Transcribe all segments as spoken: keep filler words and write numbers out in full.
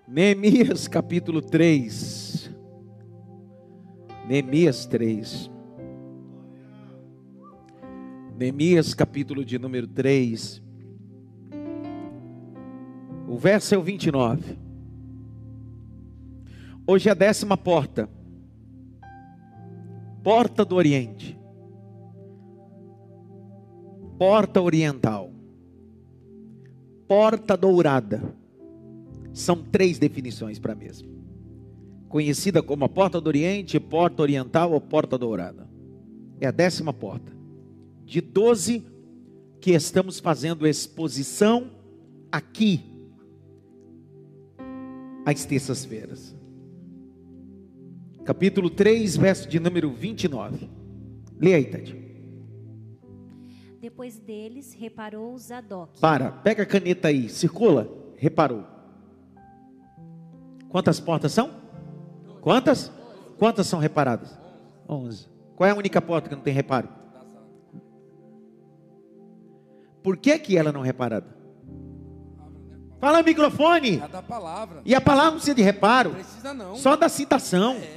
Neemias capítulo três. Neemias três. Neemias capítulo de número três. O verso é o vinte e nove. Hoje é a décima porta. Porta do Oriente. Porta oriental. Porta dourada. São três definições para a mesma. Conhecida como a porta do Oriente, porta oriental ou porta dourada. É a décima porta. De doze que estamos fazendo exposição aqui, às terças-feiras. Capítulo três, verso de número vinte e nove. Leia aí, Tati. Depois deles, reparou Zadok. Para, pega a caneta aí, circula. Reparou. Quantas portas são? Quantas? Quantas são reparadas? Onze. Qual é a única porta que não tem reparo? Por que que ela não é reparada? Fala no microfone. É da palavra. E a palavra não precisa de reparo. Não precisa não. Só da citação. É.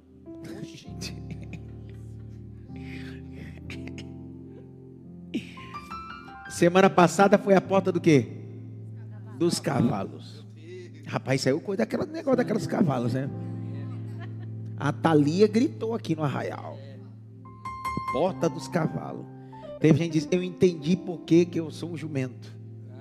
Semana passada foi a porta do quê? Dos cavalos. Rapaz, saiu coisa daquela negócio daquelas cavalos, né? A Thalia gritou aqui no arraial. Porta dos cavalos. Teve gente que disse, eu entendi por que que eu sou um jumento.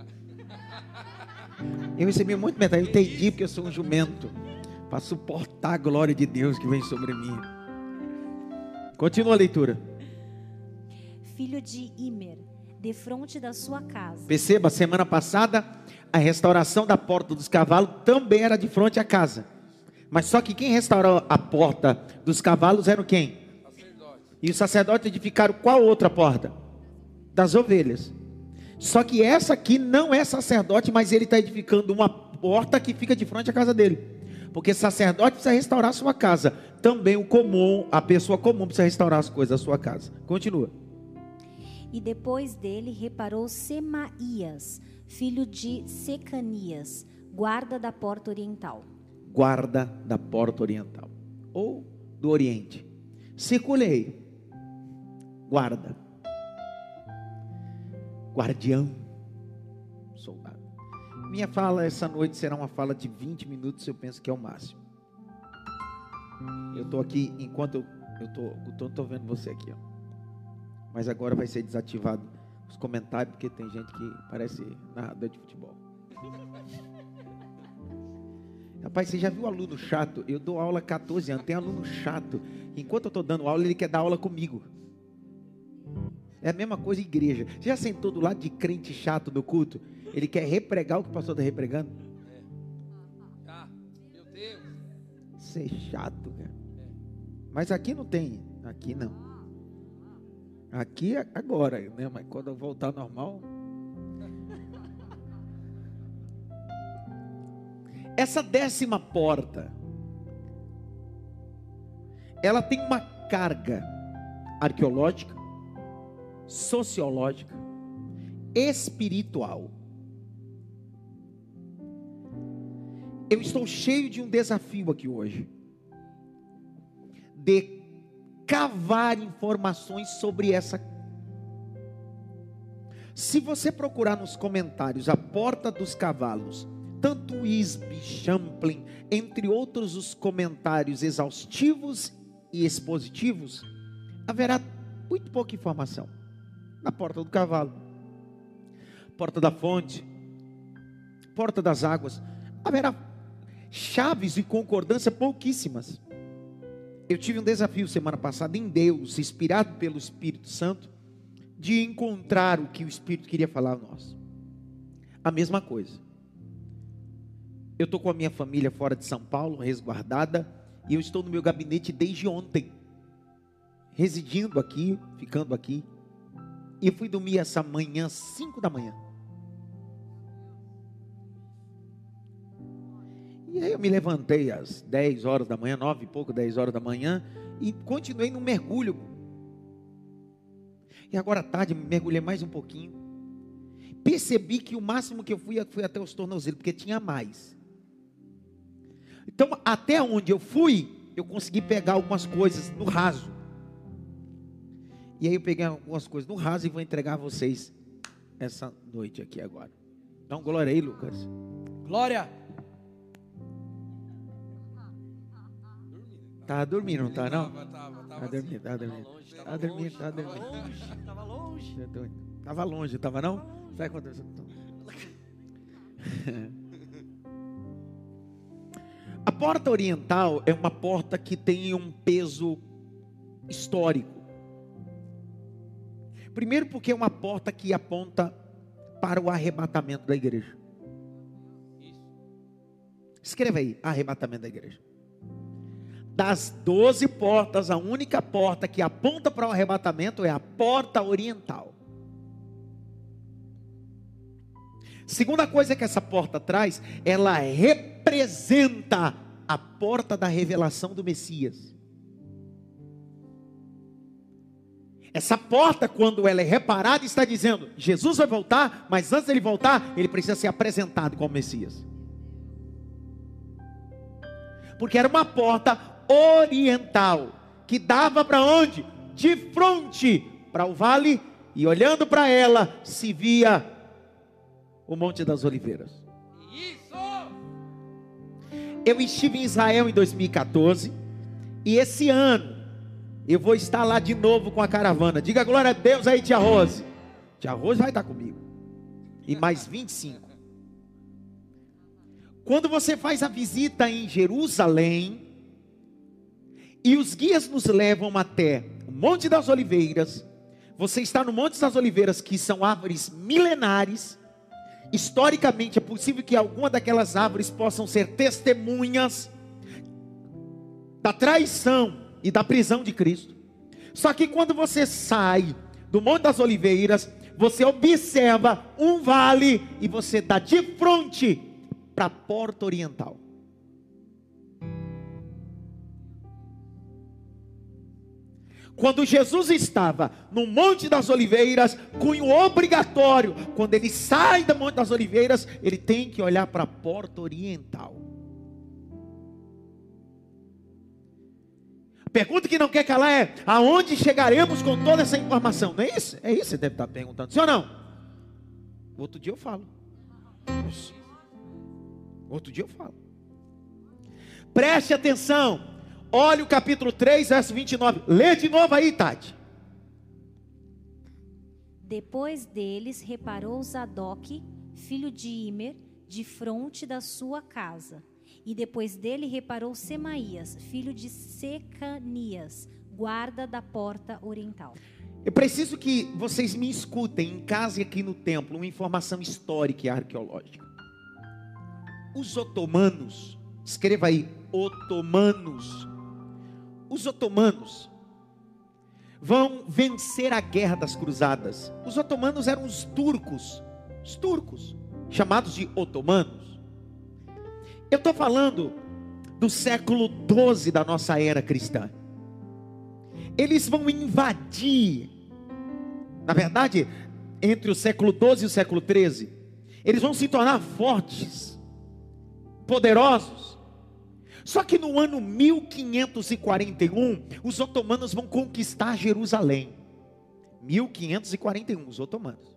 Eu recebi muito mensagem, eu entendi porque eu sou um jumento. Para suportar a glória de Deus que vem sobre mim. Continua a leitura. Filho de Imer, defronte da sua casa. Perceba, semana passada, a restauração da porta dos cavalos também era de frente à casa. Mas só que quem restaurou a porta dos cavalos era quem? Sacerdote. E os sacerdotes edificaram qual outra porta? Das ovelhas. Só que essa aqui não é sacerdote, mas ele está edificando uma porta que fica de frente à casa dele. Porque sacerdote precisa restaurar a sua casa. Também o comum, a pessoa comum precisa restaurar as coisas da sua casa. Continua. E depois dele reparou Semaías, filho de Secanias, guarda da porta oriental. Guarda da porta oriental. Ou do oriente. Circulei. Guarda. Guardião. Soldado. Minha fala essa noite será uma fala de vinte minutos, eu penso que é o máximo. Eu estou aqui, enquanto eu estou eu tô, tô vendo você aqui, ó. Mas agora vai ser desativado os comentários, porque tem gente que parece narrador de futebol. Rapaz, você já viu aluno chato? Eu dou aula há quatorze anos, tem aluno chato. Enquanto eu estou dando aula, ele quer dar aula comigo. É a mesma coisa igreja. Você já sentou do lado de crente chato no culto? Ele quer repregar o que o pastor está repregando? É. Ah, meu Deus. Ser chato, cara. Mas aqui não tem. Aqui não. Aqui agora, né? Mas quando eu voltar ao normal. Essa décima porta, ela tem uma carga arqueológica, sociológica, espiritual. Eu estou cheio de um desafio aqui hoje, de cavar informações sobre essa. Se você procurar nos comentários a porta dos cavalos, tanto o Isby, Champlin, entre outros os comentários exaustivos e expositivos, haverá muito pouca informação. Na porta do cavalo, porta da fonte, porta das águas, haverá chaves e concordância pouquíssimas. Eu tive um desafio semana passada em Deus, inspirado pelo Espírito Santo, de encontrar o que o Espírito queria falar a nós. A mesma coisa. Eu estou com a minha família fora de São Paulo, resguardada, e eu estou no meu gabinete desde ontem, residindo aqui, ficando aqui, e eu fui dormir essa manhã, cinco da manhã. E aí eu me levantei às dez horas da manhã, nove e pouco, dez horas da manhã, e continuei no mergulho. E agora à tarde, mergulhei mais um pouquinho. Percebi que o máximo que eu fui, foi até os tornozelos, porque tinha mais. Então, até onde eu fui, eu consegui pegar algumas coisas no raso. E aí eu peguei algumas coisas no raso e vou entregar a vocês essa noite aqui agora. Então, glória aí, Lucas. Glória. Tá dormindo, não tá não? Tava, tava, tava Tá dormindo, tá dormindo. Tá dormindo, tá dormindo. Tava longe. Tava longe, tava não? Sabe quando eu... A porta oriental é uma porta que tem um peso histórico. Primeiro porque é uma porta que aponta para o arrebatamento da igreja. Escreva aí, arrebatamento da igreja. Das doze portas, a única porta que aponta para o arrebatamento é a porta oriental. Segunda coisa que essa porta traz, ela representa a porta da revelação do Messias. Essa porta, quando ela é reparada, está dizendo, Jesus vai voltar, mas antes dele voltar, ele precisa ser apresentado como Messias. Porque era uma porta oriental, que dava para onde? De frente para o vale, e olhando para ela, se via o Monte das Oliveiras. Isso! Eu estive em Israel em dois mil e quatorze, e esse ano, eu vou estar lá de novo com a caravana. Diga glória a Deus aí, tia Rose. Tia Rose vai estar comigo. E mais vinte e cinco. Quando você faz a visita em Jerusalém, e os guias nos levam até o Monte das Oliveiras, você está no Monte das Oliveiras, que são árvores milenares. Historicamente é possível que alguma daquelas árvores possam ser testemunhas da traição e da prisão de Cristo. Só que quando você sai do Monte das Oliveiras, você observa um vale e você dá de frente para a porta oriental. Quando Jesus estava no Monte das Oliveiras, cunho obrigatório, quando ele sai do Monte das Oliveiras, ele tem que olhar para a porta oriental. Pergunta que não quer calar é: aonde chegaremos com toda essa informação? Não é isso? É isso que você deve estar perguntando, sim ou não? Outro dia eu falo. Outro dia eu falo. Preste atenção. Olha o capítulo três, verso vinte e nove. Lê de novo aí, Tati. Depois deles reparou Zadok, filho de Imer, de fronte da sua casa. E depois dele reparou Semaías, filho de Secanias, guarda da porta oriental. Eu preciso que vocês me escutem em casa e aqui no templo uma informação histórica e arqueológica. Os otomanos, escreva aí, otomanos. Os otomanos vão vencer a guerra das cruzadas. Os otomanos eram os turcos, os turcos, chamados de otomanos. Eu estou falando do século doze da nossa era cristã. Eles vão invadir, na verdade, entre o século doze e o século treze, eles vão se tornar fortes, poderosos. Só que no ano mil quinhentos e quarenta e um, os otomanos vão conquistar Jerusalém. mil quinhentos e quarenta e um, os otomanos.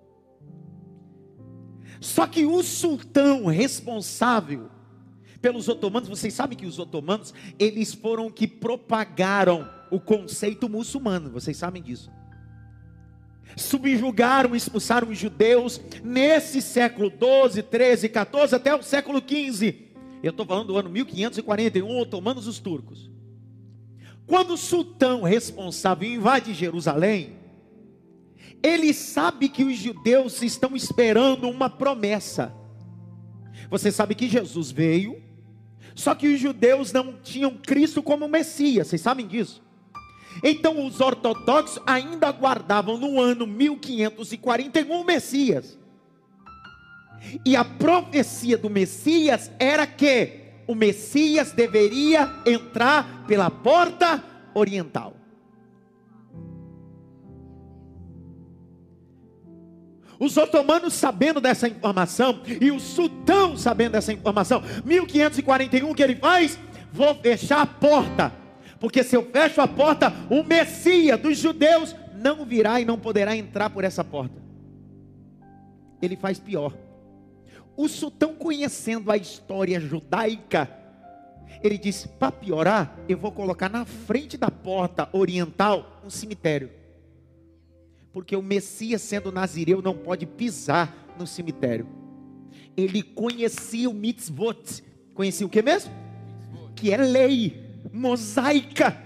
Só que o sultão responsável pelos otomanos, vocês sabem que os otomanos, eles foram que propagaram o conceito muçulmano, vocês sabem disso. Subjugaram, expulsaram os judeus nesse século doze, treze, quatorze até o século quinze. Eu estou falando do ano mil quinhentos e quarenta e um, otomanos, os turcos. Quando o sultão responsável invade Jerusalém, ele sabe que os judeus estão esperando uma promessa. Você sabe que Jesus veio, só que os judeus não tinham Cristo como Messias, vocês sabem disso? Então os ortodoxos ainda aguardavam no ano mil quinhentos e quarenta e um o Messias. E a profecia do Messias era que o Messias deveria entrar pela porta oriental. Os otomanos sabendo dessa informação, e o sultão sabendo dessa informação, mil quinhentos e quarenta e um, o que ele faz? Vou fechar a porta, porque se eu fecho a porta, o Messias dos judeus não virá e não poderá entrar por essa porta. Ele faz pior. O sultão, conhecendo a história judaica, ele disse: para piorar, eu vou colocar na frente da porta oriental um cemitério, porque o Messias, sendo nazireu, não pode pisar no cemitério. Ele conhecia o mitzvot. Conhecia o que mesmo? Que é lei mosaica.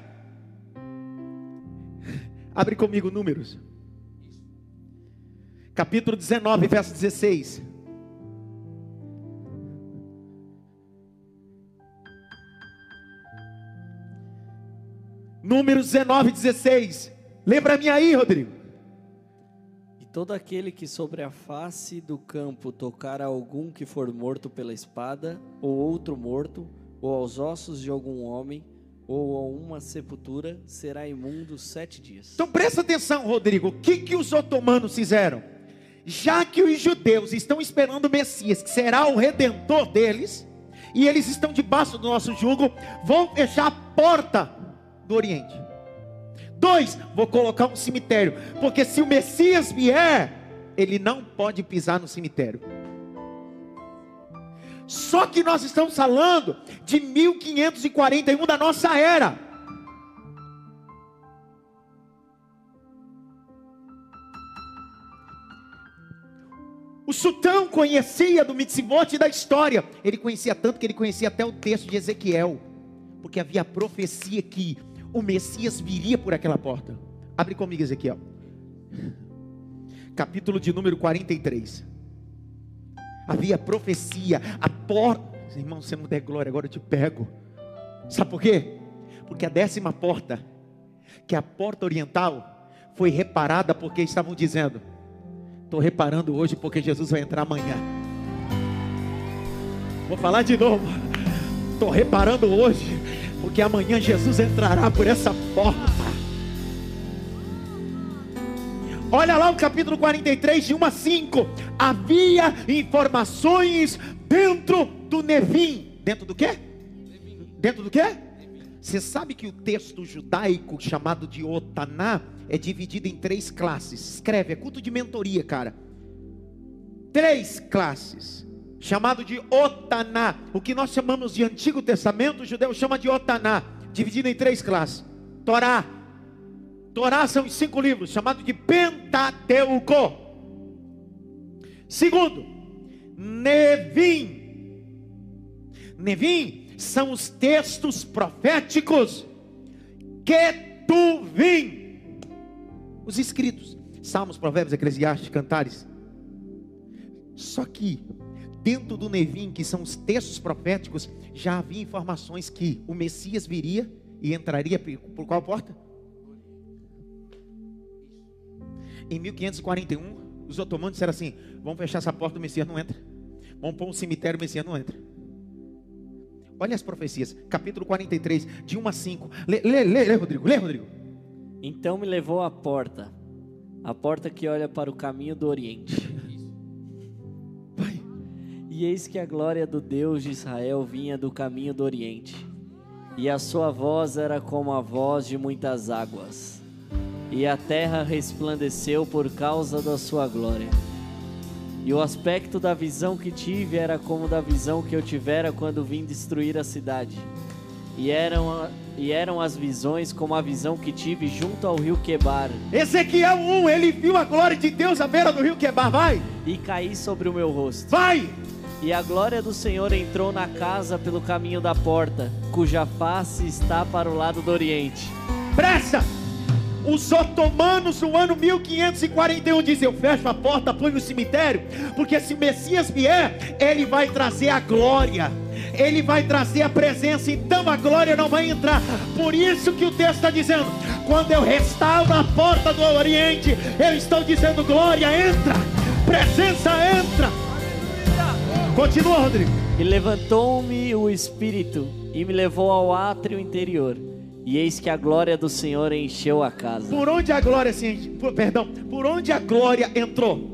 Abre comigo Números, capítulo dezenove, verso dezesseis. Números dezenove, dezesseis. Lembra-me aí, Rodrigo. E todo aquele que sobre a face do campo tocar a algum que for morto pela espada, ou outro morto, ou aos ossos de algum homem, ou a uma sepultura, será imundo sete dias. Então presta atenção, Rodrigo. O que, que os otomanos fizeram? Já que os judeus estão esperando o Messias, que será o redentor deles, e eles estão debaixo do nosso jugo, vão fechar a porta do Oriente. Dois, vou colocar um cemitério, porque se o Messias vier, ele não pode pisar no cemitério. Só que nós estamos falando de mil quinhentos e quarenta e um da nossa era. O sultão conhecia do mitzvot e da história. Ele conhecia tanto que ele conhecia até o texto de Ezequiel, porque havia profecia que o Messias viria por aquela porta. Abre comigo Ezequiel, capítulo de número quarenta e três. Havia profecia, a porta. Irmão, se você não der glória, agora eu te pego. Sabe por quê? Porque a décima porta, que é a porta oriental, foi reparada porque estavam dizendo: estou reparando hoje porque Jesus vai entrar amanhã. Vou falar de novo. Estou reparando hoje porque amanhã Jesus entrará por essa porta. Olha lá o capítulo quarenta e três, de um a cinco. Havia informações dentro do Nevim. Dentro do quê? Dentro do quê? Você sabe que o texto judaico chamado de Otaná é dividido em três classes. Escreve, é culto de mentoria, cara. Três classes, chamado de Otaná. O que nós chamamos de Antigo Testamento, o judeu chama de Otaná, dividido em três classes. Torá. Torá são os cinco livros, chamado de Pentateuco. Segundo, Nevim. Nevim são os textos proféticos. Ketuvim, os escritos, Salmos, Provérbios, Eclesiastes, Cantares. Só que dentro do Nevim, que são os textos proféticos, já havia informações que o Messias viria e entraria por qual porta? Em mil quinhentos e quarenta e um, os otomanos disseram assim: vamos fechar essa porta, o Messias não entra. Vamos pôr um cemitério, o Messias não entra. Olha as profecias, capítulo quarenta e três, de um a cinco. Lê, lê, lê, lê Rodrigo, lê Rodrigo. Então me levou à porta, a porta que olha para o caminho do Oriente. Vai. E eis que a glória do Deus de Israel vinha do caminho do Oriente, e a sua voz era como a voz de muitas águas, e a terra resplandeceu por causa da sua glória. E o aspecto da visão que tive era como da visão que eu tivera quando vim destruir a cidade. E eram, e eram as visões como a visão que tive junto ao rio Quebar. Ezequiel um, ele viu a glória de Deus à beira do rio Quebar, vai. E caí sobre o meu rosto. Vai. E a glória do Senhor entrou na casa pelo caminho da porta, cuja face está para o lado do Oriente. Presta! Os otomanos no ano mil quinhentos e quarenta e um dizem: eu fecho a porta, ponho o cemitério, porque se o Messias vier, ele vai trazer a glória, ele vai trazer a presença, então a glória não vai entrar. Por isso que o texto está dizendo: quando eu restauro a porta do Oriente, eu estou dizendo: glória entra, presença entra. Continua, Rodrigo. E levantou-me o Espírito e me levou ao átrio interior. E eis que a glória do Senhor encheu a casa. Por onde a glória se enche, por, perdão, por onde a glória entrou?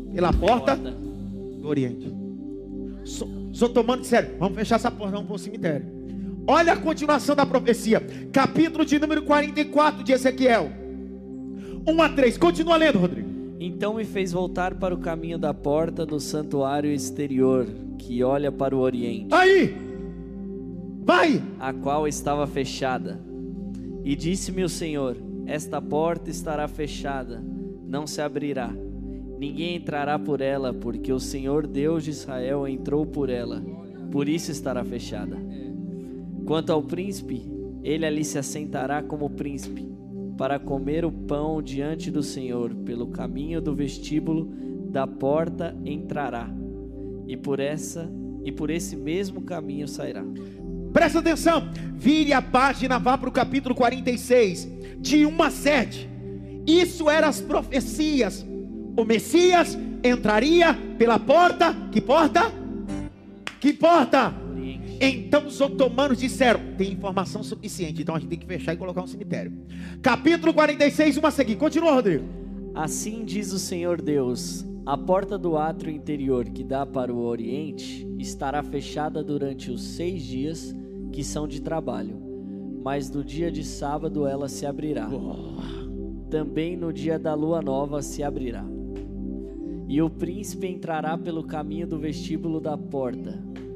pela porta do Oriente. Os otomanos disseram: vamos fechar essa porta, vamos para o cemitério. Olha a continuação da profecia, capítulo de número quarenta e quatro de Ezequiel, um a três. Continua lendo, Rodrigo. Então me fez voltar para o caminho da porta do santuário exterior, que olha para o Oriente. Aí, vai. A qual estava fechada. E disse-me o Senhor: esta porta estará fechada, não se abrirá. Ninguém entrará por ela, porque o Senhor Deus de Israel entrou por ela, por isso estará fechada. Quanto ao príncipe, ele ali se assentará como príncipe, para comer o pão diante do Senhor, pelo caminho do vestíbulo da porta entrará, e por essa e por esse mesmo caminho sairá. Presta atenção, vire a página, vá para o capítulo quarenta e seis, de um a sete. Isso eram as profecias. O Messias entraria pela porta. Que porta? Que porta? Então os otomanos disseram: tem informação suficiente, então a gente tem que fechar e colocar um cemitério. Capítulo quarenta e seis, um a seguir. Continua, Rodrigo. Assim diz o Senhor Deus: a porta do átrio interior que dá para o Oriente estará fechada durante os seis dias que são de trabalho, mas no dia de sábado ela se abrirá. Oh. Também no dia da lua nova se abrirá. E o príncipe entrará pelo caminho do vestíbulo da porta.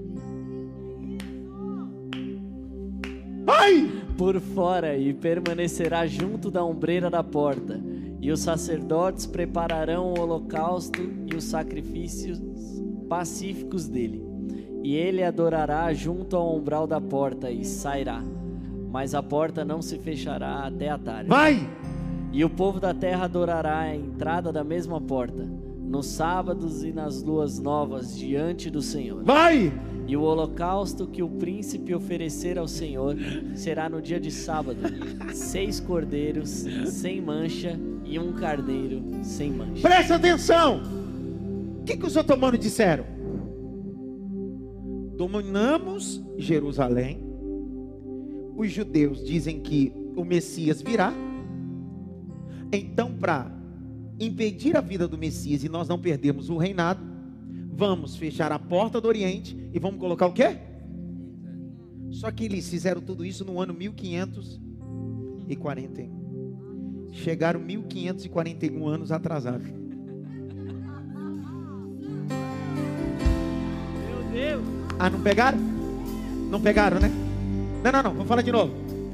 Ai! Por fora, e permanecerá junto da ombreira da porta. E os sacerdotes prepararão o holocausto e os sacrifícios pacíficos dele. E ele adorará junto ao umbral da porta e sairá. Mas a porta não se fechará até a tarde. Vai! E o povo da terra adorará a entrada da mesma porta, nos sábados e nas luas novas diante do Senhor. Vai! E o holocausto que o príncipe oferecer ao Senhor será no dia de sábado, seis cordeiros sem mancha e um carneiro sem mancha. Presta atenção! O que, que os otomanos disseram? Dominamos Jerusalém. Os judeus dizem que o Messias virá. Então, para impedir a vida do Messias e nós não perdermos o reinado, vamos fechar a porta do Oriente e vamos colocar o quê? Só que eles fizeram tudo isso no ano mil quinhentos e quarenta e um. Chegaram mil quinhentos e quarenta e um anos atrasados. Meu Deus! Ah, não pegaram? Não pegaram, né? Não, não, não, vou falar de novo.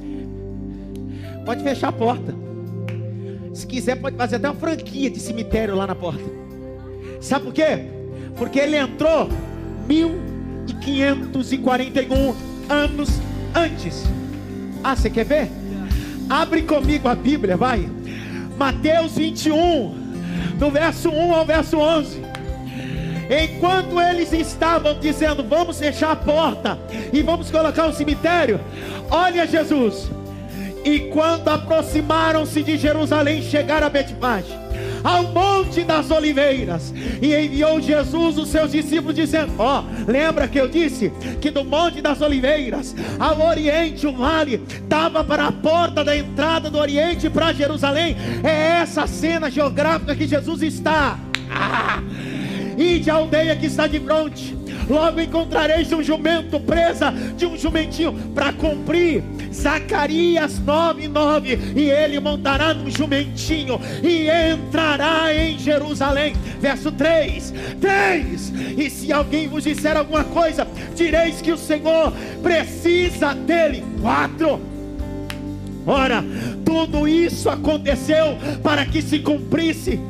Pode fechar a porta. Se quiser pode fazer até uma franquia de cemitério lá na porta. Sabe por quê? Porque ele entrou mil quinhentos e quarenta e um anos antes. Ah, você quer ver? Abre comigo a Bíblia, vai. Mateus vinte e um, do verso um ao verso onze. Enquanto eles estavam dizendo: vamos fechar a porta e vamos colocar um cemitério, olha Jesus. E quando aproximaram-se de Jerusalém, chegaram a Betfage, ao monte das oliveiras, e enviou Jesus os seus discípulos dizendo: ó, oh, lembra que eu disse que do monte das oliveiras ao oriente o vale dava para a porta da entrada do oriente para Jerusalém? É essa cena geográfica que Jesus está. Ah! Ide à aldeia que está de fronte, logo encontrareis um jumento presa de um jumentinho, para cumprir Zacarias nove, nove, e ele montará num jumentinho e entrará em Jerusalém. Verso três, três, e se alguém vos disser alguma coisa, direis que o Senhor precisa dele. Quatro, ora, tudo isso aconteceu para que se cumprisse.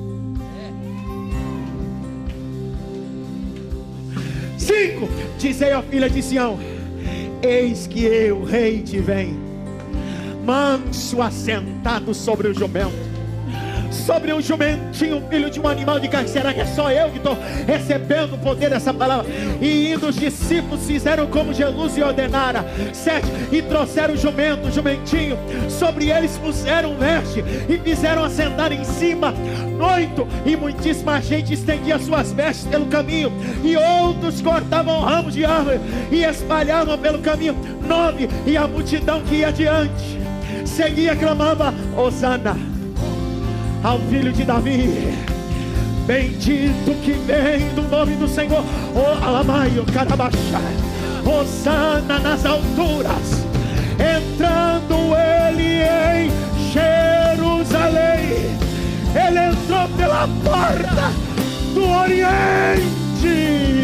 Cinco, dizei à filha de Sião: eis que eu, rei, te vem, manso assentado sobre o jumento, sobre um jumentinho, filho de um animal de carne. Será que é só eu que estou recebendo o poder dessa palavra? E indo os discípulos fizeram como Jesus lhe ordenara. Sete, e trouxeram o jumento, o jumentinho, sobre eles puseram veste e fizeram assentar em cima. Oito, e muitíssima gente estendia suas vestes pelo caminho, e outros cortavam ramos de árvore e espalhavam pelo caminho. Nove, e a multidão que ia adiante seguia, clamava: Hosana ao filho de Davi, Bendito que vem do nome do Senhor. Oh, alamaio, carabachá. Hosana nas alturas. Entrando ele em Jerusalém. Ele entrou pela porta do Oriente.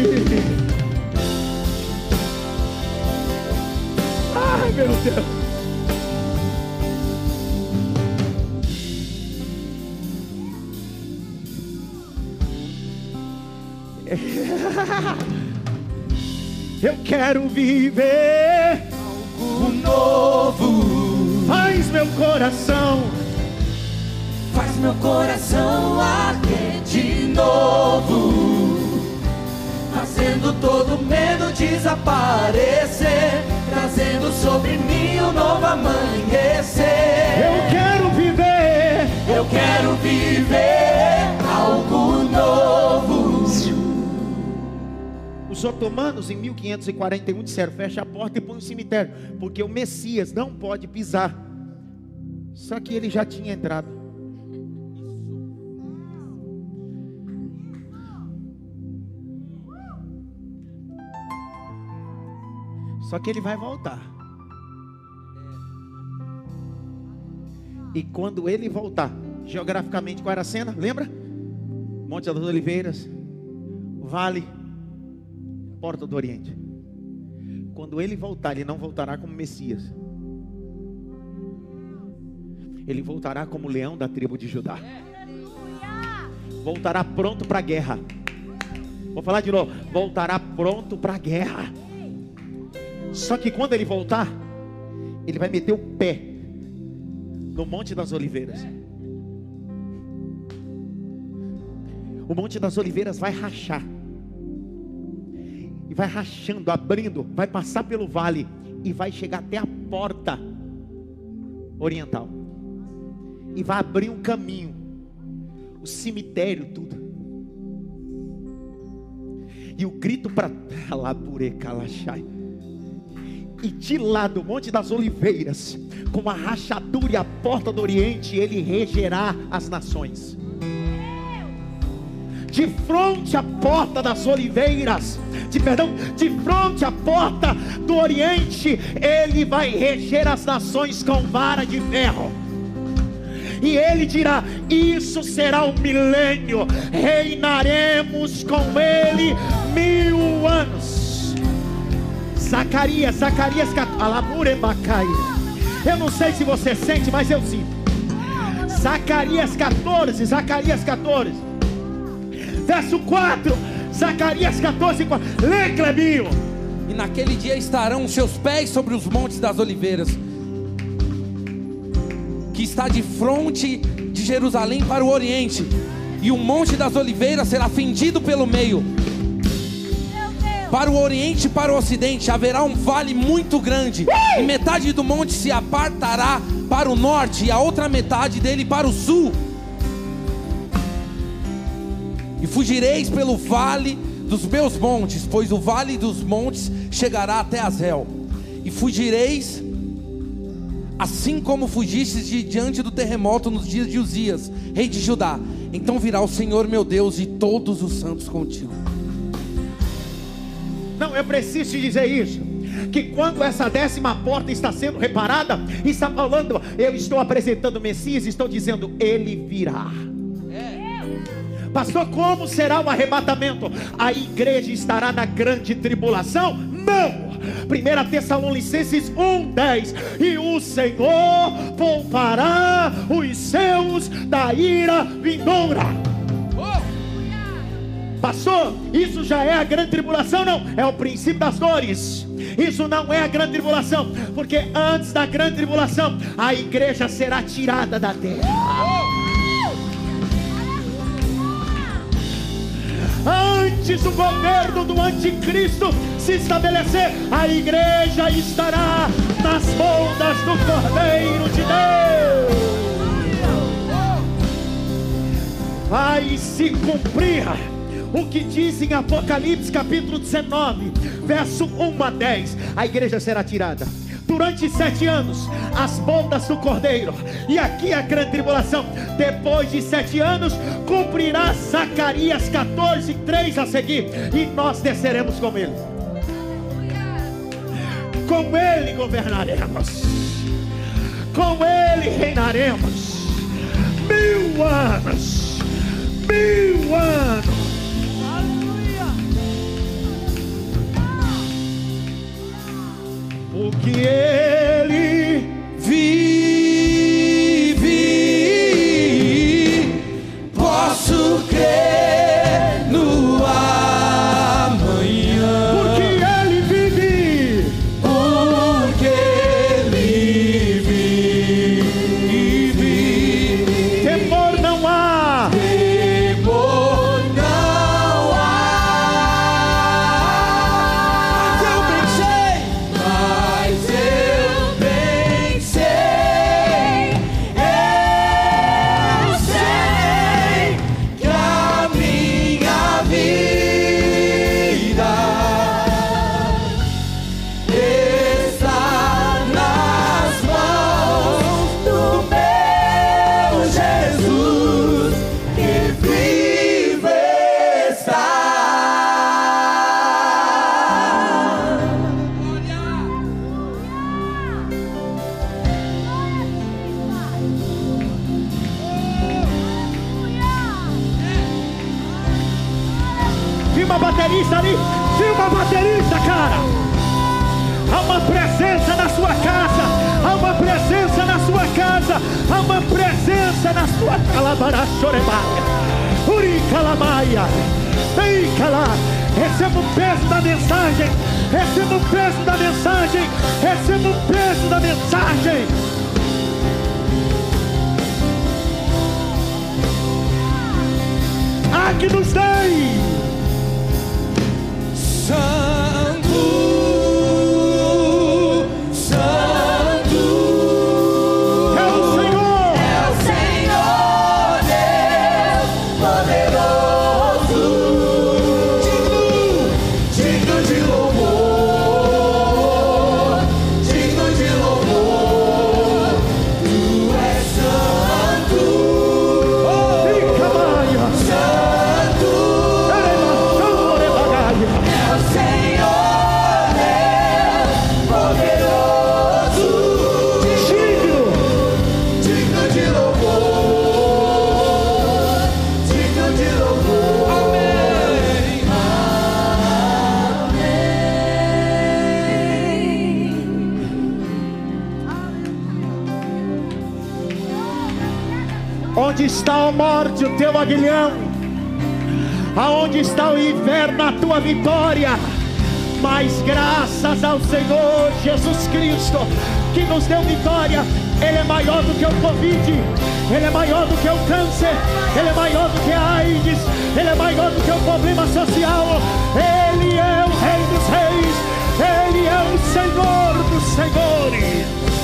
Ai, meu Deus. Eu quero viver algo novo. Faz meu coração, faz meu coração arder de novo, fazendo todo medo desaparecer, trazendo sobre mim um novo amanhecer. Eu quero viver, eu quero viver algo novo. Os otomanos em mil quinhentos e quarenta e um disseram: fecha a porta e põe um cemitério, porque o Messias não pode pisar. Só que ele já tinha entrado. Só que ele vai voltar. E quando ele voltar, geograficamente qual era a cena? Lembra? Monte das Oliveiras, Vale, Porta do Oriente. Quando ele voltar, ele não voltará como Messias. Ele voltará como leão da tribo de Judá. Voltará pronto para a guerra. Vou falar de novo. Voltará pronto para a guerra. Só que quando ele voltar, ele vai meter o pé no Monte das Oliveiras. O Monte das Oliveiras vai rachar. E vai rachando, abrindo, vai passar pelo vale e vai chegar até a porta oriental. E vai abrir um caminho, o cemitério, tudo. E o grito para e de lá do Monte das Oliveiras, com a rachadura e a porta do Oriente, ele regerá as nações. De frente à porta das oliveiras, de perdão, de frente à porta do Oriente, ele vai reger as nações com vara de ferro. E ele dirá: isso será um milênio, reinaremos com ele mil anos. Zacarias, Zacarias, eu não sei se você sente, mas eu sinto. Zacarias quatorze, Zacarias quatorze. Verso quatro, Zacarias quatorze, quatro. Lê, Clebinho. E naquele dia estarão os seus pés sobre os montes das oliveiras, que está de fronte de Jerusalém para o oriente. E o monte das oliveiras será fendido pelo meio. Para o oriente e para o ocidente haverá um vale muito grande. E metade do monte se apartará para o norte, e a outra metade dele para o sul. E fugireis pelo vale dos meus montes, pois o vale dos montes chegará até Azel. E fugireis assim como fugistes de diante do terremoto nos dias de Uzias, rei de Judá. Então virá o Senhor meu Deus e todos os santos contigo. Não, eu preciso te dizer isso, que quando essa décima porta está sendo reparada, está falando, eu estou apresentando o Messias, estou dizendo, ele virá. Pastor, como será o arrebatamento? A igreja estará na grande tribulação? Não! primeira Tessalonicenses um, dez. E o Senhor poupará os seus da ira vindoura. Pastor, isso já é a grande tribulação? Não, é o princípio das dores. Isso não é a grande tribulação, porque antes da grande tribulação a igreja será tirada da terra. Antes do governo do anticristo se estabelecer, a igreja estará nas fondas do Cordeiro de Deus. Vai se cumprir o que diz em Apocalipse capítulo dezenove, verso um a dez. A igreja será tirada. Tu durante sete anos as bodas do Cordeiro. E aqui a grande tribulação. Depois de sete anos cumprirá Zacarias quatorze, três a seguir. E nós desceremos com ele. Com ele governaremos. Com ele reinaremos. Mil anos. Mil anos. Porque ele vive, posso crer no amanhã. Porque ele vive, porque ele vive, temor não há, temor não há. Mas eu pensei, mas eu pensei, eu sei que a minha vida está nas mãos do meu Jesus, que vive está. Filma a baterista ali, filma a baterista, cara. Há uma presença na sua casa, há uma presença na sua casa, há uma presença na sua calabara chorebaia, uri calamaia, vem calar. Receba o peso da mensagem, receba o peso da mensagem, receba o peso da mensagem. Há que nos dei. Santo, Santo, É o Senhor, é o Senhor Deus poderoso, digno, digno de louvor, digno de louvor. Tu és santo, fica maia, santo, aleluia, é o Senhor Deus poderoso, digno. digno de louvor, digno de louvor. Amém. Onde está a morte, o teu aguilhão? Aonde está o inverno, a tua vitória? Mas graças ao Senhor Jesus Cristo, que nos deu vitória. Ele é maior do que o Covid, Ele é maior do que o câncer, Ele é maior do que a AIDS, Ele é maior do que o problema social. Ele é o Rei dos Reis, Ele é o Senhor dos Senhores.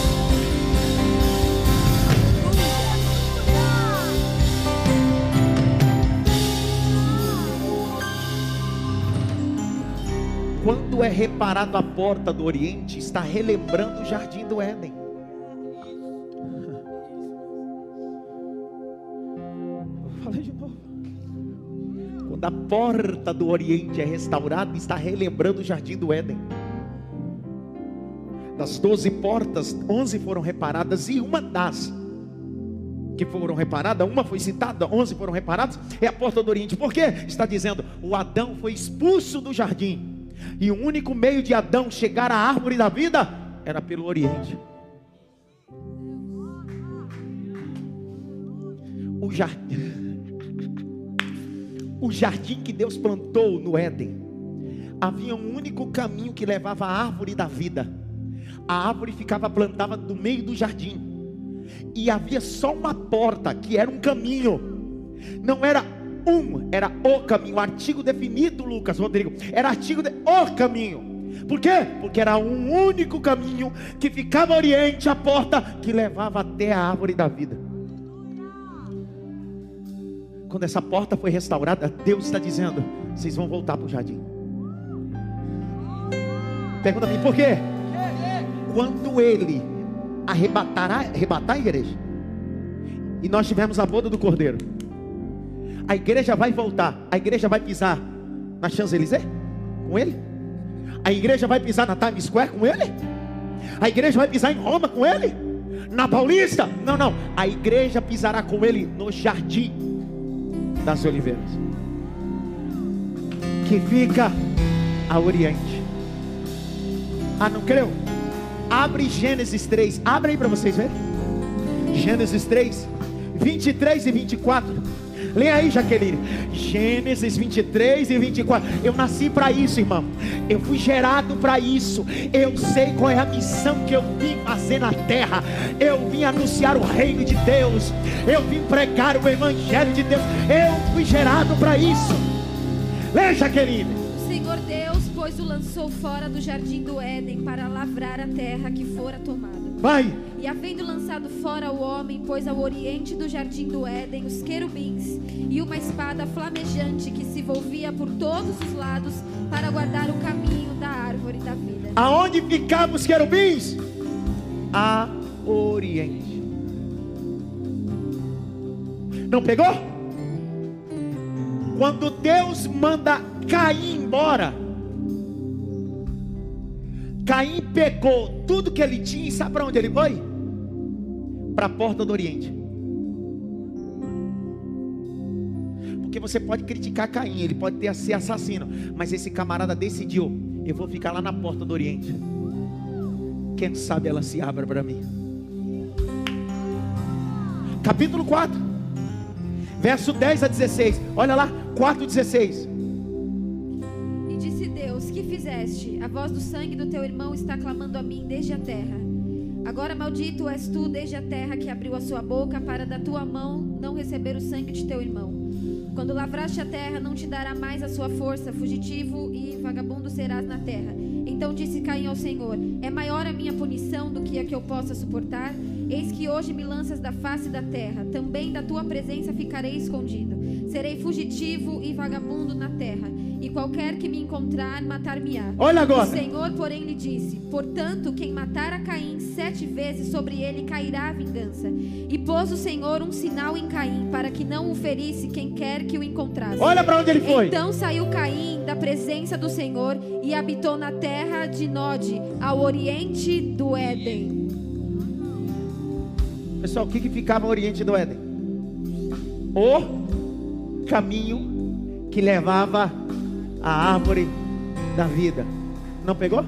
Quando é reparado a porta do Oriente, está relembrando o jardim do Éden. Falei de novo. Quando a porta do Oriente é restaurada, está relembrando o jardim do Éden. Das doze portas, onze foram reparadas, e uma das que foram reparadas, uma foi citada, onze foram reparadas, é a porta do Oriente. Por quê? Está dizendo, o Adão foi expulso do jardim, e o único meio de Adão chegar à árvore da vida era pelo Oriente. O jardim, o jardim que Deus plantou no Éden, havia um único caminho que levava à árvore da vida. A árvore ficava plantada no meio do jardim, e havia só uma porta que era um caminho. Não era um, era o caminho. Artigo definido, Lucas, Rodrigo. Era artigo de o caminho. Por quê? Porque era um único caminho que ficava ao oriente, a porta que levava até a árvore da vida. Quando essa porta foi restaurada, Deus está dizendo, vocês vão voltar para o jardim. Pergunta a mim, por quê? quando ele arrebatar, arrebatar a igreja, e nós tivemos a boda do Cordeiro, a igreja vai voltar, a igreja vai pisar na Champs-Élysées com ele, a igreja vai pisar na Times Square com ele, a igreja vai pisar em Roma com ele, na Paulista, não, não, a igreja pisará com ele no Jardim das Oliveiras, que fica a oriente. Ah, não creu? Abre Gênesis três, abre aí para vocês verem. Gênesis três, vinte e três e vinte e quatro. Leia aí, Jaqueline. Gênesis vinte e três e vinte e quatro. Eu nasci para isso, irmão. Eu fui gerado para isso. Eu sei qual é a missão que eu vim fazer na terra. Eu vim anunciar o reino de Deus. Eu vim pregar o evangelho de Deus. Eu fui gerado para isso. Leia, Jaqueline. O Senhor Deus, pois, o lançou fora do jardim do Éden para lavrar a terra que fora tomada. Vai. E havendo lançado fora o homem, pôs ao oriente do jardim do Éden os querubins e uma espada flamejante que se volvia por todos os lados para guardar o caminho da árvore da vida. Aonde ficavam os querubins? A oriente. Não pegou? Quando Deus manda Caim embora, Caim pegou tudo que ele tinha e sabe para onde ele foi? Para a porta do oriente. Porque você pode criticar Caim, ele pode ter ser assassino, mas esse camarada decidiu: eu vou ficar lá na porta do oriente. Quem sabe ela se abra para mim. Capítulo quatro, verso dez a dezesseis. Olha lá, quatro, dezesseis. E disse Deus: que fizeste? A voz do sangue do teu irmão está clamando a mim desde a terra. Agora maldito és tu desde a terra, que abriu a sua boca para da tua mão não receber o sangue de teu irmão. Quando lavraste a terra, não te dará mais a sua força, fugitivo e vagabundo serás na terra. Então disse Caim ao Senhor: é maior a minha punição do que a que eu possa suportar? Eis que hoje me lanças da face da terra, também da tua presença ficarei escondido. Serei fugitivo e vagabundo na terra, e qualquer que me encontrar matar-me-á. Olha agora. O Senhor, porém, lhe disse: portanto, quem matar a Caim sete vezes, sobre ele cairá a vingança. E pôs o Senhor um sinal em Caim, para que não o ferisse quem quer que o encontrasse. Olha para onde ele foi. Então saiu Caim da presença do Senhor e habitou na terra de Nod, ao oriente do Éden. Pessoal, o que, que ficava ao oriente do Éden? O caminho que levava à árvore da vida. Não pegou?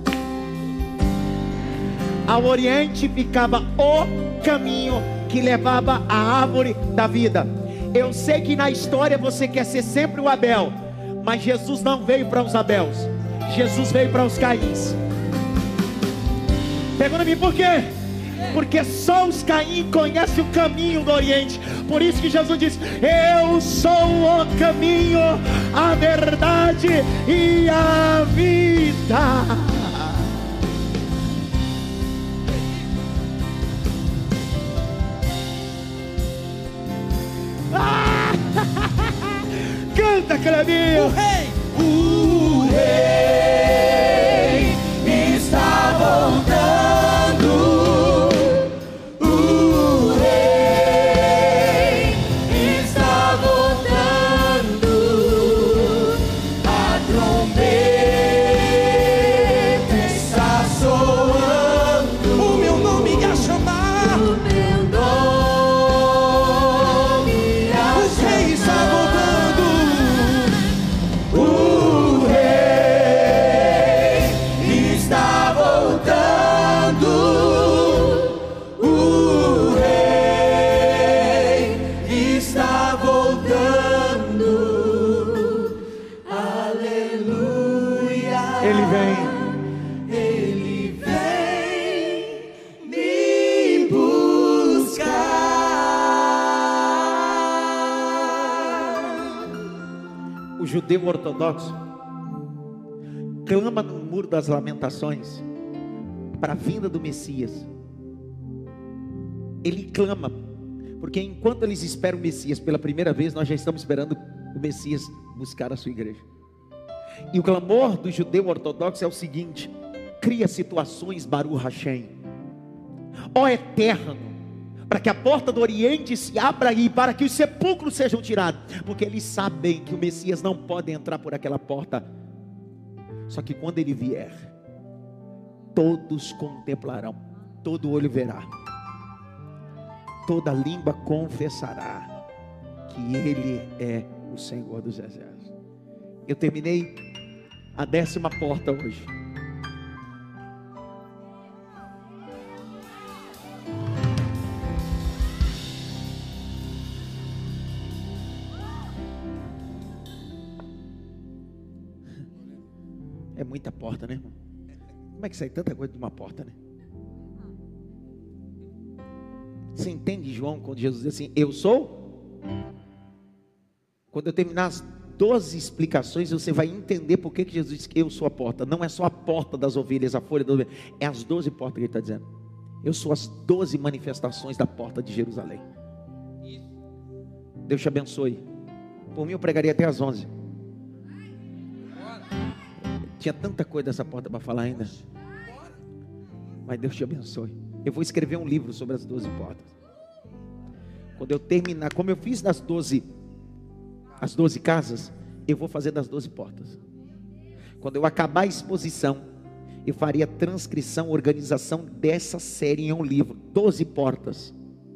Ao oriente ficava o caminho que levava à árvore da vida. Eu sei que na história você quer ser sempre o Abel, mas Jesus não veio para os Abels, Jesus veio para os Caíns. Pergunta a mim por quê? Porque só os Caim conhecem o caminho do oriente. Por isso que Jesus disse: eu sou o caminho, a verdade e a vida. Ah! Canta, Cleminho. O rei, o rei está voltando. Judeu ortodoxo clama no muro das lamentações para a vinda do Messias. Ele clama, porque enquanto eles esperam o Messias pela primeira vez, nós já estamos esperando o Messias buscar a sua igreja. E o clamor do judeu ortodoxo é o seguinte: cria situações, Baruch Hashem. Ó Eterno, para que a porta do Oriente se abra e para que os sepulcros sejam tirados, porque eles sabem que o Messias não pode entrar por aquela porta. Só que quando ele vier, todos contemplarão, todo olho verá, toda língua confessará que ele é o Senhor dos Exércitos. Eu terminei a décima porta hoje. É muita porta, né, irmão? Como é que sai tanta coisa de uma porta, né? Você entende, João, quando Jesus diz assim, eu sou? Quando eu terminar as doze explicações, você vai entender por que que Jesus diz que eu sou a porta. Não é só a porta das ovelhas, a folha das ovelhas, é as doze portas que ele está dizendo. Eu sou as doze manifestações da porta de Jerusalém. Deus te abençoe. Por mim eu pregaria até as onze. Tinha tanta coisa dessa porta para falar ainda. Mas Deus te abençoe. Eu vou escrever um livro sobre as doze portas. Quando eu terminar, como eu fiz das doze, as doze casas, eu vou fazer das doze portas. Quando eu acabar a exposição, eu faria transcrição, organização dessa série em um livro. doze portas.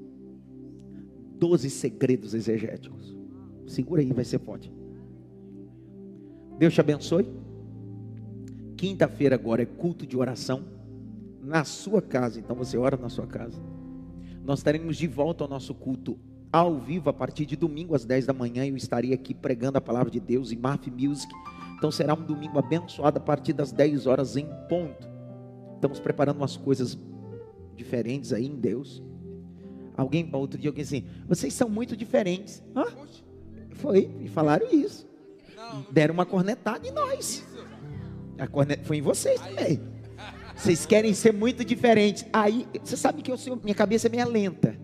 doze segredos exegéticos. Segura aí, vai ser forte. Deus te abençoe. Quinta-feira agora é culto de oração na sua casa, então você ora na sua casa. Nós estaremos de volta ao nosso culto ao vivo a partir de domingo às dez da manhã. Eu estarei aqui pregando a palavra de Deus em Maf Music. Então será um domingo abençoado a partir das dez horas em ponto. Estamos preparando umas coisas diferentes aí em Deus. Alguém, outro dia alguém assim, vocês são muito diferentes. Ah, foi, e falaram isso. Deram uma cornetada em nós. A corneta foi em vocês também. Vocês querem ser muito diferentes. Aí, você sabe que eu sou, minha cabeça é meio lenta.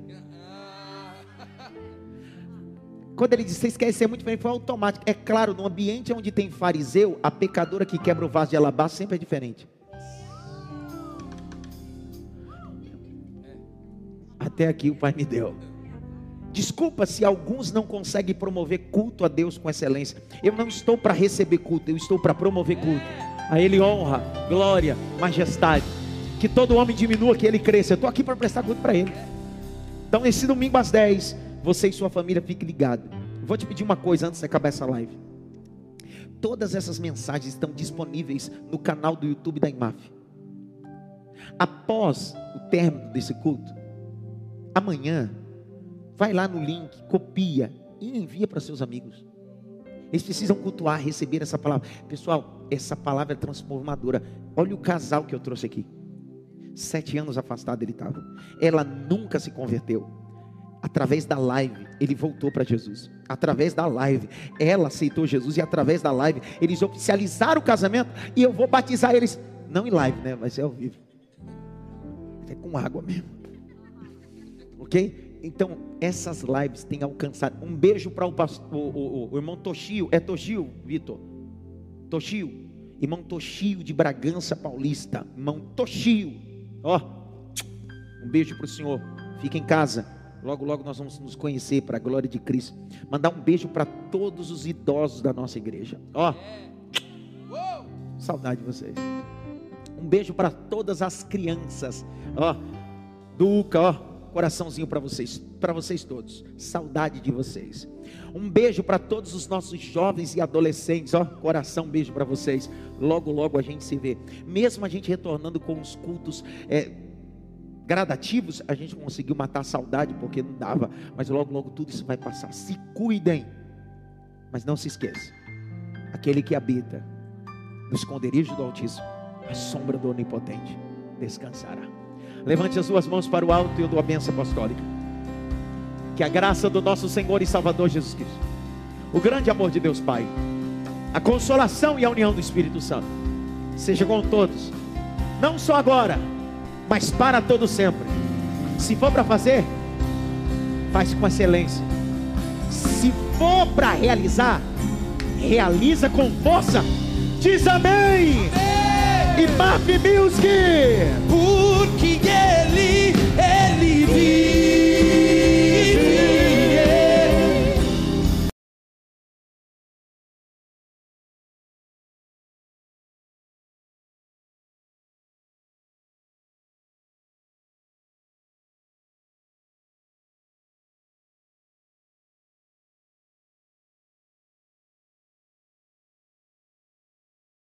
Quando ele diz, vocês querem ser muito diferentes, foi automático. É claro, no ambiente onde tem fariseu, a pecadora que quebra o vaso de alabastro sempre é diferente. Até aqui o Pai me deu. Desculpa se alguns não conseguem promover culto a Deus com excelência. Eu não estou para receber culto, eu estou para promover culto. A Ele honra, glória, majestade. Que todo homem diminua, que Ele cresça. Eu estou aqui para prestar culto para Ele. Então esse domingo às dez, você e sua família fiquem ligados. Vou te pedir uma coisa antes de acabar essa live. Todas essas mensagens estão disponíveis no canal do YouTube da IMAF. Após o término desse culto, amanhã, vai lá no link, copia e envia para seus amigos. Eles precisam cultuar, receber essa palavra. Pessoal, essa palavra é transformadora. Olha o casal que eu trouxe aqui. Sete anos afastado ele estava. Ela nunca se converteu. Através da live, ele voltou para Jesus. Através da live, ela aceitou Jesus. E através da live, eles oficializaram o casamento. E eu vou batizar eles. Não em live, né? Vai ser ao vivo. É com água mesmo. Ok? Então, essas lives têm alcançado. Um beijo para o, o, o, o irmão Toshio. É Toshio, Vitor? Toshio. Irmão Toshio de Bragança Paulista. Irmão Toshio. Ó, um beijo para o senhor. Fica em casa. Logo, logo nós vamos nos conhecer para a glória de Cristo. Mandar um beijo para todos os idosos da nossa igreja. Ó, saudade de vocês. Um beijo para todas as crianças. Ó, Duca, ó. Coraçãozinho para vocês, para vocês todos. Saudade de vocês. Um beijo para todos os nossos jovens e adolescentes. Ó, coração, um beijo para vocês. Logo, logo a gente se vê. Mesmo a gente retornando com os cultos é, gradativos, a gente conseguiu matar a saudade porque não dava. Mas logo, logo tudo isso vai passar. Se cuidem. Mas não se esqueça. Aquele que habita no esconderijo do Altíssimo, a sombra do Onipotente, descansará. Levante as suas mãos para o alto e eu dou a bênção apostólica. Que a graça do nosso Senhor e Salvador Jesus Cristo, o grande amor de Deus Pai, a consolação e a união do Espírito Santo seja com todos, não só agora, mas para todo sempre. Se for para fazer, faz com excelência. Se for para realizar, realiza com força. Diz amém. E Map Music.